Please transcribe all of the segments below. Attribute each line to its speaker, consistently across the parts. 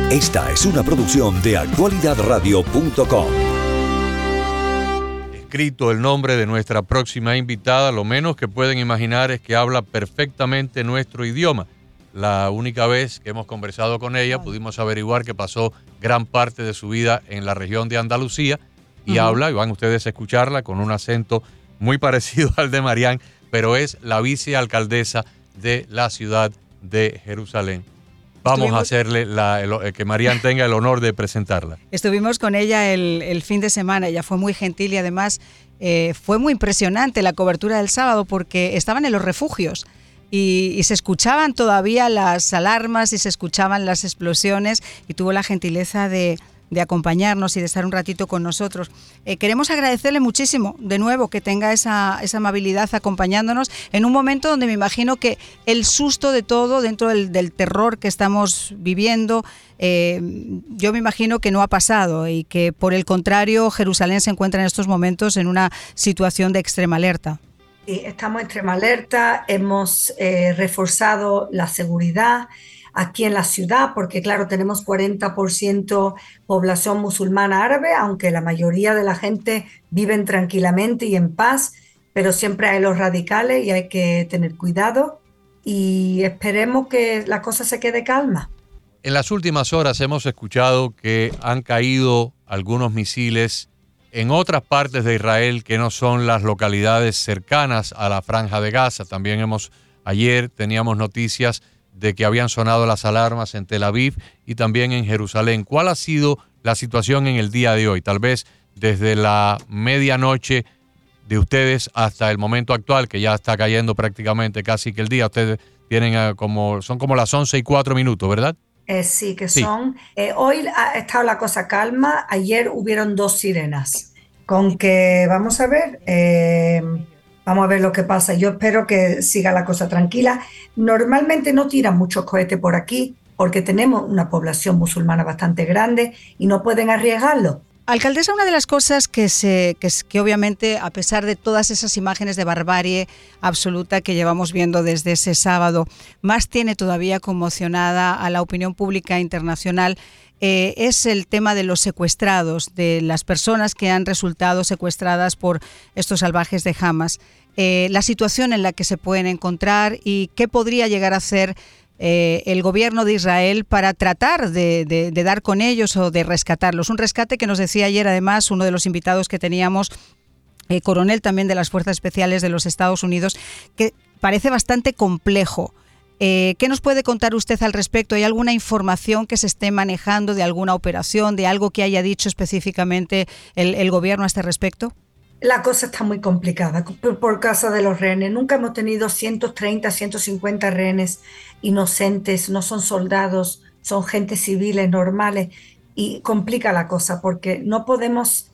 Speaker 1: Esta es una producción de actualidadradio.com.
Speaker 2: Escrito el nombre de nuestra próxima invitada, lo menos que pueden imaginar es que habla perfectamente nuestro idioma. La única vez que hemos conversado con ella pudimos averiguar que pasó gran parte de su vida en la región de Andalucía y habla, y van ustedes a escucharla, con un acento muy parecido al de Marián, pero es la vicealcaldesa de la ciudad de Jerusalén. Vamos a hacerle que Marián tenga el honor de presentarla.
Speaker 3: Estuvimos con ella el fin de semana, ella fue muy gentil y además fue muy impresionante la cobertura del sábado porque estaban en los refugios y se escuchaban todavía las alarmas y se escuchaban las explosiones y tuvo la gentileza de acompañarnos y de estar un ratito con nosotros. Queremos agradecerle muchísimo de nuevo que tenga esa amabilidad acompañándonos en un momento donde me imagino que el susto de todo dentro del terror que estamos viviendo, yo me imagino que no ha pasado y que por el contrario Jerusalén se encuentra en estos momentos en una situación de extrema alerta.
Speaker 4: Sí, estamos en extrema alerta, hemos reforzado la seguridad aquí en la ciudad, porque claro, tenemos 40% población musulmana árabe, aunque la mayoría de la gente viven tranquilamente y en paz, pero siempre hay los radicales y hay que tener cuidado y esperemos que la cosa se quede calma.
Speaker 2: En las últimas horas hemos escuchado que han caído algunos misiles en otras partes de Israel que no son las localidades cercanas a la Franja de Gaza. También ayer teníamos noticias de que habían sonado las alarmas en Tel Aviv y también en Jerusalén. ¿Cuál ha sido la situación en el día de hoy? Tal vez desde la medianoche de ustedes hasta el momento actual, que ya está cayendo prácticamente casi que el día. Ustedes tienen son como las 11:04, ¿verdad?
Speaker 4: Sí, que son. Hoy ha estado la cosa calma. Ayer hubieron 2 sirenas. Con que vamos a ver lo que pasa. Yo espero que siga la cosa tranquila. Normalmente no tiran muchos cohetes por aquí porque tenemos una población musulmana bastante grande y no pueden arriesgarlo.
Speaker 3: Alcaldesa, una de las cosas que obviamente, a pesar de todas esas imágenes de barbarie absoluta que llevamos viendo desde ese sábado, más tiene todavía conmocionada a la opinión pública internacional, es el tema de los secuestrados, de las personas que han resultado secuestradas por estos salvajes de Hamas, la situación en la que se pueden encontrar y qué podría llegar a hacer el gobierno de Israel para tratar de dar con ellos o de rescatarlos. Un rescate que nos decía ayer además uno de los invitados que teníamos, coronel también de las Fuerzas Especiales de los Estados Unidos, que parece bastante complejo. ¿Qué nos puede contar usted al respecto? ¿Hay alguna información que se esté manejando de alguna operación, de algo que haya dicho específicamente el gobierno a este respecto?
Speaker 4: La cosa está muy complicada por causa de los rehenes. Nunca hemos tenido 130, 150 rehenes inocentes, no son soldados, son gente civiles normales y complica la cosa porque no podemos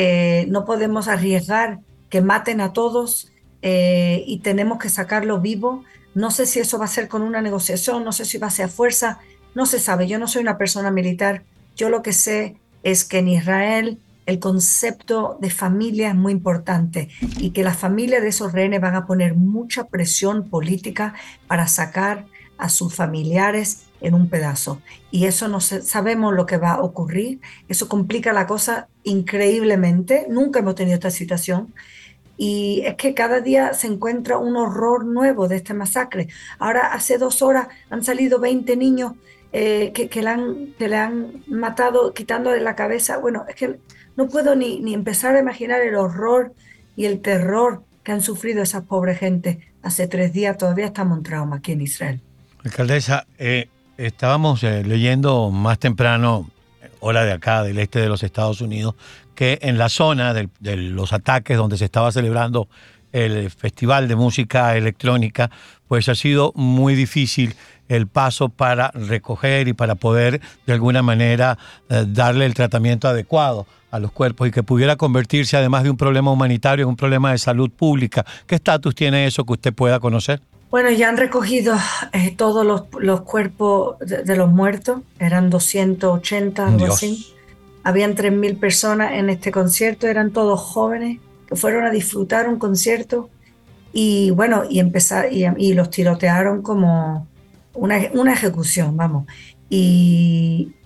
Speaker 4: arriesgar que maten a todos y tenemos que sacarlo vivo. No sé si eso va a ser con una negociación, no sé si va a ser a fuerza, no se sabe. Yo no soy una persona militar. Yo lo que sé es que en Israel el concepto de familia es muy importante y que las familias de esos rehenes van a poner mucha presión política para sacar a sus familiares en un pedazo. Y eso no sabemos lo que va a ocurrir. Eso complica la cosa increíblemente. Nunca hemos tenido esta situación. Y es que cada día se encuentra un horror nuevo de esta masacre. Ahora, hace 2 horas han salido 20 niños que le han matado quitándole la cabeza. Bueno, es que no puedo ni empezar a imaginar el horror y el terror que han sufrido esas pobres gente. Hace 3 días todavía estamos en trauma aquí en Israel.
Speaker 5: Alcaldesa, estábamos leyendo más temprano, hora de acá, del este de los Estados Unidos, que en la zona de los ataques donde se estaba celebrando el Festival de Música Electrónica, pues ha sido muy difícil el paso para recoger y para poder de alguna manera darle el tratamiento adecuado a los cuerpos y que pudiera convertirse, además de un problema humanitario, en un problema de salud pública. ¿Qué estatus tiene eso que usted pueda conocer?
Speaker 4: Bueno, ya han recogido todos los cuerpos de los muertos, eran 280, algo así. Habían 3.000 personas en este concierto, eran todos jóvenes que fueron a disfrutar un concierto y bueno, y los tirotearon como una ejecución, vamos. Y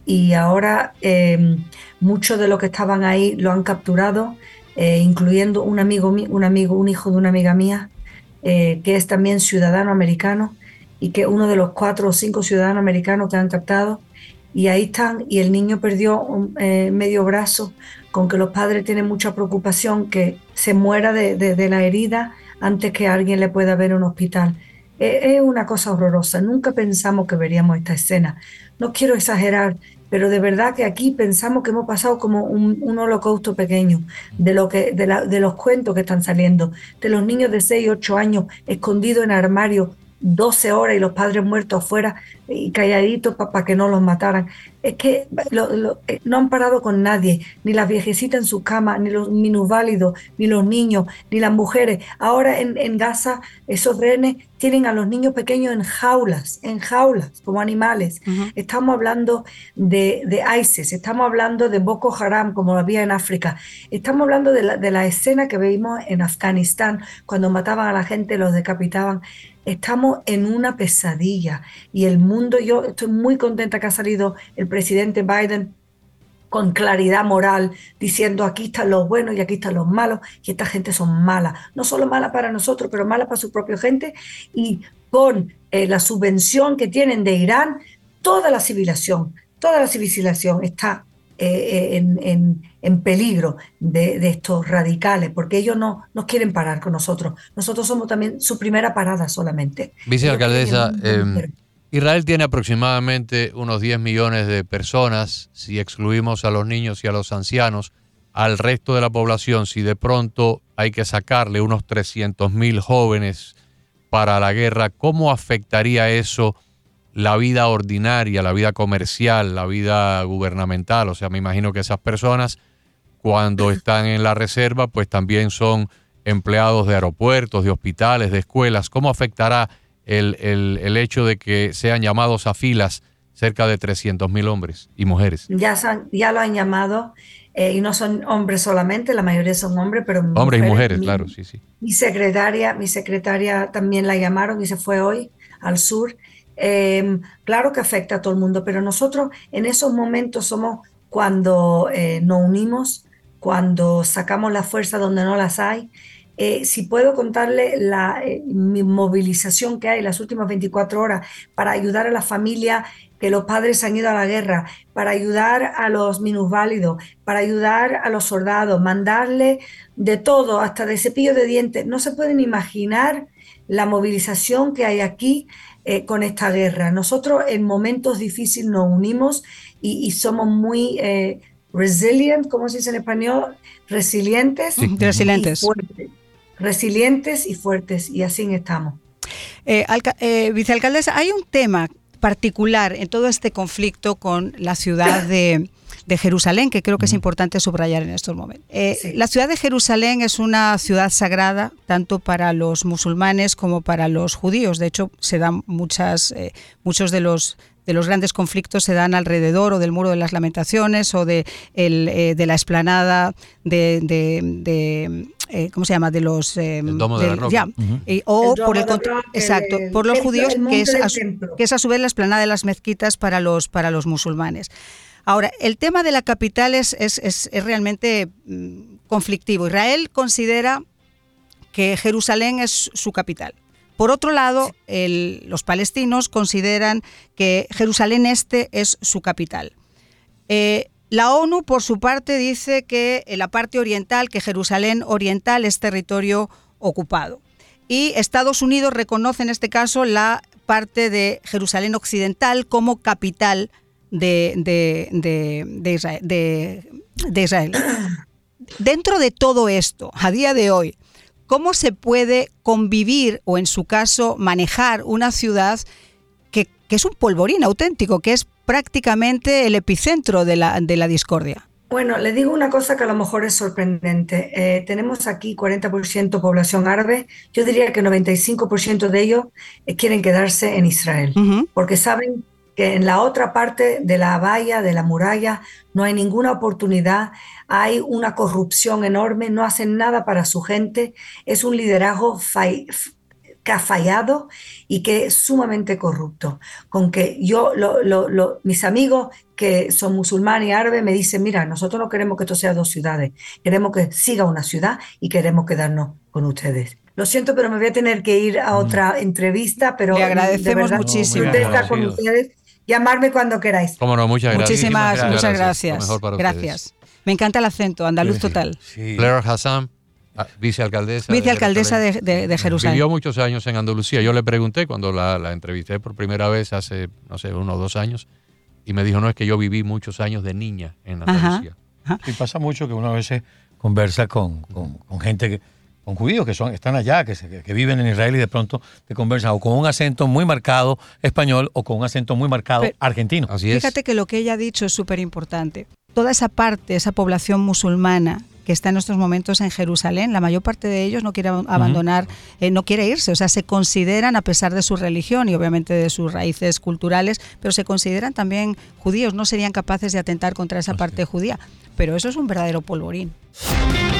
Speaker 4: y ahora muchos de los que estaban ahí lo han capturado, incluyendo un hijo de una amiga mía, que es también ciudadano americano y que es uno de los 4 o 5 ciudadanos americanos que han captado. Y ahí están, y el niño perdió medio brazo, con que los padres tienen mucha preocupación que se muera de la herida antes que alguien le pueda ver en un hospital. Es una cosa horrorosa. Nunca pensamos que veríamos esta escena. No quiero exagerar, pero de verdad que aquí pensamos que hemos pasado como un holocausto pequeño de los cuentos que están saliendo, de los niños de 6, 8 años escondidos en armarios 12 horas y los padres muertos afuera y calladitos para que no los mataran. Es que no han parado con nadie, ni las viejecitas en su cama, ni los minusválidos, ni los niños, ni las mujeres. Ahora en Gaza esos rehenes tienen a los niños pequeños en jaulas, como animales. Uh-huh. Estamos hablando de ISIS, estamos hablando de Boko Haram, como había en África. Estamos hablando de la escena que vimos en Afganistán, cuando mataban a la gente, los decapitaban. Estamos en una pesadilla y el mundo, yo estoy muy contenta que ha salido el presidente Biden con claridad moral, diciendo aquí están los buenos y aquí están los malos, y esta gente son malas, no solo malas para nosotros, pero malas para su propia gente, y con la subvención que tienen de Irán, toda la civilización está en peligro de estos radicales, porque ellos no nos quieren parar con nosotros. Nosotros somos también su primera parada solamente.
Speaker 2: Vicealcaldesa, Israel tiene aproximadamente unos 10 millones de personas, si excluimos a los niños y a los ancianos. Al resto de la población, si de pronto hay que sacarle unos 300.000 jóvenes para la guerra, ¿cómo afectaría eso la vida ordinaria, la vida comercial, la vida gubernamental? O sea, me imagino que esas personas, cuando están en la reserva, pues también son empleados de aeropuertos, de hospitales, de escuelas. ¿Cómo afectará el hecho de que sean llamados a filas cerca de 300.000 hombres y mujeres?
Speaker 4: Ya lo han llamado, y no son hombres solamente, la mayoría son hombres, pero
Speaker 2: hombres y mujeres, claro, sí.
Speaker 4: Mi secretaria también la llamaron y se fue hoy al sur. Claro que afecta a todo el mundo, pero nosotros en esos momentos somos cuando nos unimos, cuando sacamos la fuerza donde no las hay. Si puedo contarle mi movilización que hay las últimas 24 horas para ayudar a la familia, que los padres han ido a la guerra, para ayudar a los minusválidos, para ayudar a los soldados, mandarle de todo, hasta de cepillo de dientes. No se pueden imaginar la movilización que hay aquí con esta guerra. Nosotros en momentos difíciles nos unimos y somos muy resilient, ¿cómo se dice en español? Resilientes.
Speaker 3: Sí. Resilientes.
Speaker 4: Resilientes y fuertes, y así estamos.
Speaker 3: Vicealcaldesa, hay un tema particular en todo este conflicto con la ciudad de Jerusalén, que creo que es importante subrayar en estos momentos. Sí. La ciudad de Jerusalén es una ciudad sagrada, tanto para los musulmanes como para los judíos. De hecho, se dan muchos de los grandes conflictos se dan alrededor o del Muro de las Lamentaciones o de la explanada ¿cómo se llama? De los
Speaker 2: el Domo de la Roca.
Speaker 3: O por por los judíos, que es a su vez la explanada de las mezquitas para los musulmanes. Ahora, el tema de la capital es realmente conflictivo. Israel considera que Jerusalén es su capital. Por otro lado, los palestinos consideran que Jerusalén Este es su capital. La ONU, por su parte, dice que en la parte oriental, que Jerusalén Oriental es territorio ocupado. Y Estados Unidos reconoce en este caso la parte de Jerusalén Occidental como capital de Israel. Dentro de todo esto, a día de hoy, ¿cómo se puede convivir o, en su caso, manejar una ciudad que es un polvorín auténtico, que es prácticamente el epicentro de la discordia?
Speaker 4: Bueno, le digo una cosa que a lo mejor es sorprendente. Tenemos aquí 40% población árabe. Yo diría que 95% de ellos quieren quedarse en Israel, porque saben que en la otra parte de la valla, de la muralla, no hay ninguna oportunidad, hay una corrupción enorme, no hacen nada para su gente, es un liderazgo que ha fallado y que es sumamente corrupto. Con que mis amigos que son musulmanes y árabes me dicen, mira, nosotros no queremos que esto sea 2 ciudades, queremos que siga una ciudad y queremos quedarnos con ustedes. Lo siento, pero me voy a tener que ir a otra entrevista, pero
Speaker 3: le agradecemos
Speaker 4: muchísimo.
Speaker 3: muchísimo.
Speaker 4: Estar con ustedes, llamarme cuando queráis.
Speaker 2: Cómo no, muchas gracias.
Speaker 3: Muchas gracias. Gracias. Me encanta el acento, andaluz total.
Speaker 2: Sí. Claire Hassan, vicealcaldesa
Speaker 3: de Jerusalén.
Speaker 2: Vivió muchos años en Andalucía. Yo le pregunté cuando la entrevisté por primera vez hace, no sé, 1 o 2 años, y me dijo, no, es que yo viví muchos años de niña en Andalucía.
Speaker 5: Y pasa mucho que uno a veces conversa con gente con judíos que están allá, que viven en Israel, y de pronto te conversan o con un acento muy marcado español o con un acento muy marcado argentino.
Speaker 2: Así es.
Speaker 3: Fíjate que lo que ella ha dicho es súper importante. Toda esa parte, esa población musulmana que está en estos momentos en Jerusalén, la mayor parte de ellos no quiere abandonar, no quiere irse, o sea, se consideran, a pesar de su religión y obviamente de sus raíces culturales, pero se consideran también judíos, no serían capaces de atentar contra esa parte judía, pero eso es un verdadero polvorín.